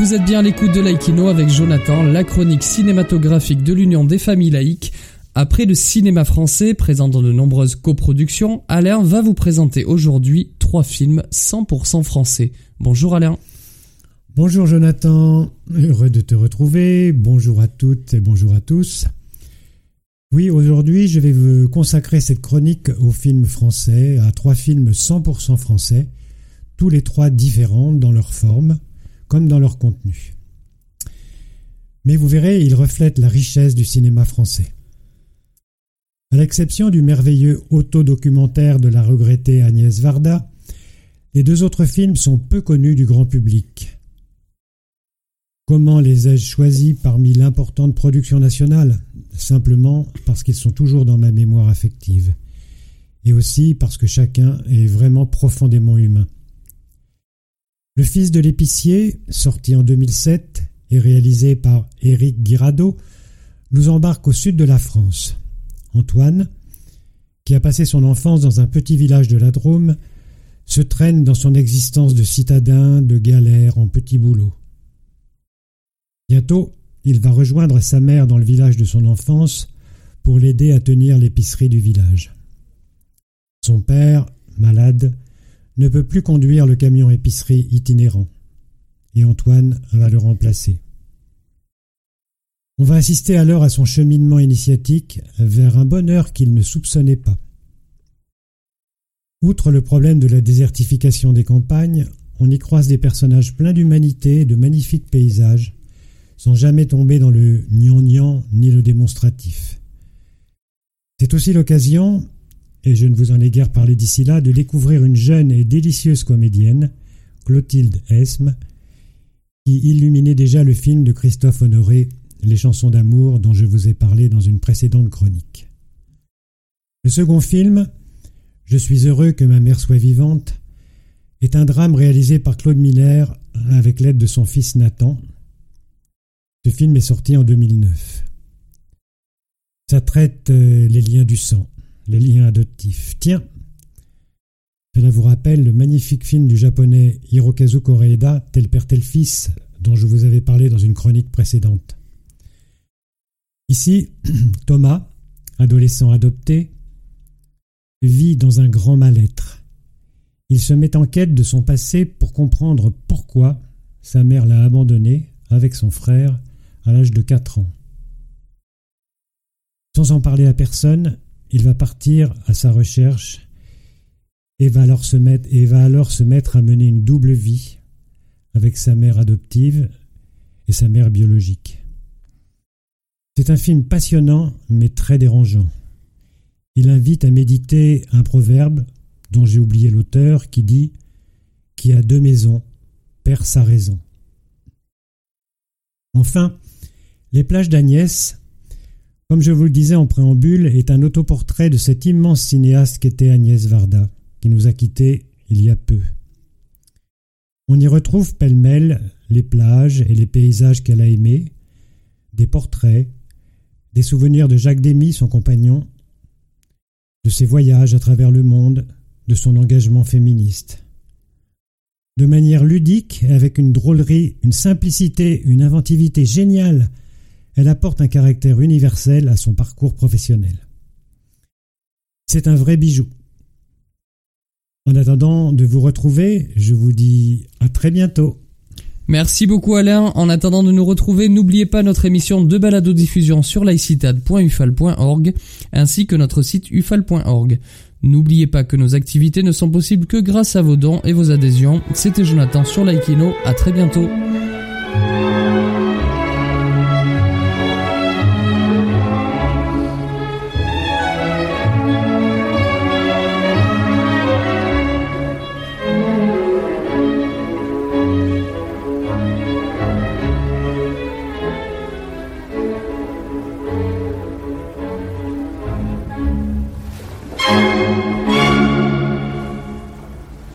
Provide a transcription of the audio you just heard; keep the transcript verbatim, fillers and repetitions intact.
Vous êtes bien à l'écoute de Laïkino avec Jonathan, la chronique cinématographique de l'Union des familles laïques. Après le cinéma français, présent dans de nombreuses coproductions, Alain va vous présenter aujourd'hui trois films cent pour cent français. Bonjour Alain. Bonjour Jonathan, heureux de te retrouver. Bonjour à toutes et bonjour à tous. Oui, aujourd'hui, je vais vous consacrer cette chronique aux films français, à trois films cent pour cent français, tous les trois différents dans leur forme, comme dans leur contenu. Mais vous verrez, ils reflètent la richesse du cinéma français. À l'exception du merveilleux autodocumentaire de la regrettée Agnès Varda, les deux autres films sont peu connus du grand public. Comment les ai-je choisis parmi l'importante production nationale ? Simplement parce qu'ils sont toujours dans ma mémoire affective. Et aussi parce que chacun est vraiment profondément humain. Le fils de l'épicier, sorti en deux mille sept et réalisé par Éric Guirado, nous embarque au sud de la France. Antoine, qui a passé son enfance dans un petit village de la Drôme, se traîne dans son existence de citadin, de galère en petit boulot. Bientôt, il va rejoindre sa mère dans le village de son enfance pour l'aider à tenir l'épicerie du village. Son père, malade, ne peut plus conduire le camion épicerie itinérant, et Antoine va le remplacer. On va assister alors à son cheminement initiatique vers un bonheur qu'il ne soupçonnait pas. Outre le problème de la désertification des campagnes, on y croise des personnages pleins d'humanité et de magnifiques paysages, sans jamais tomber dans le gnangnan ni le démonstratif. C'est aussi l'occasion, et je ne vous en ai guère parlé d'ici là, de découvrir une jeune et délicieuse comédienne, Clotilde Esme, qui illuminait déjà le film de Christophe Honoré, Les chansons d'amour, dont je vous ai parlé dans une précédente chronique. Le second film, Je suis heureux que ma mère soit vivante, est un drame réalisé par Claude Miller avec l'aide de son fils Nathan. Ce film est sorti en deux mille neuf. Ça traite euh, les liens du sang, les liens adoptifs. Tiens, cela vous rappelle le magnifique film du japonais Hirokazu Koreeda, Tel père tel fils, dont je vous avais parlé dans une chronique précédente. Ici, Thomas, adolescent adopté, vit dans un grand mal-être. Il se met en quête de son passé pour comprendre pourquoi sa mère l'a abandonné avec son frère à l'âge de quatre ans. Sans en parler à personne, il va partir à sa recherche et va alors se mettre, et va alors se mettre à mener une double vie avec sa mère adoptive et sa mère biologique. C'est un film passionnant mais très dérangeant. Il invite à méditer un proverbe dont j'ai oublié l'auteur qui dit « Qui a deux maisons perd sa raison ». Enfin, Les plages d'Agnès, comme je vous le disais en préambule, est un autoportrait de cet immense cinéaste qu'était Agnès Varda, qui nous a quittés il y a peu. On y retrouve pêle-mêle les plages et les paysages qu'elle a aimés, des portraits, des souvenirs de Jacques Demy, son compagnon, de ses voyages à travers le monde, de son engagement féministe. De manière ludique et avec une drôlerie, une simplicité, une inventivité géniale, elle apporte un caractère universel à son parcours professionnel. C'est un vrai bijou. En attendant de vous retrouver, je vous dis à très bientôt. Merci beaucoup Alain. En attendant de nous retrouver, n'oubliez pas notre émission de balado-diffusion sur laïcitad point u f a l point org ainsi que notre site u f a l point org. N'oubliez pas que nos activités ne sont possibles que grâce à vos dons et vos adhésions. C'était Jonathan sur Laïkino. À très bientôt. Thank you.